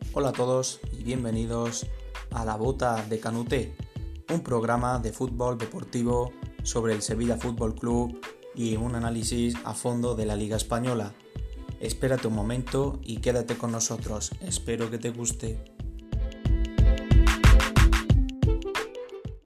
Hola a todos y bienvenidos a La Bota de Canuté, un programa de fútbol deportivo sobre el Sevilla Fútbol Club y un análisis a fondo de la Liga Española. Espérate un momento y quédate con nosotros, espero que te guste.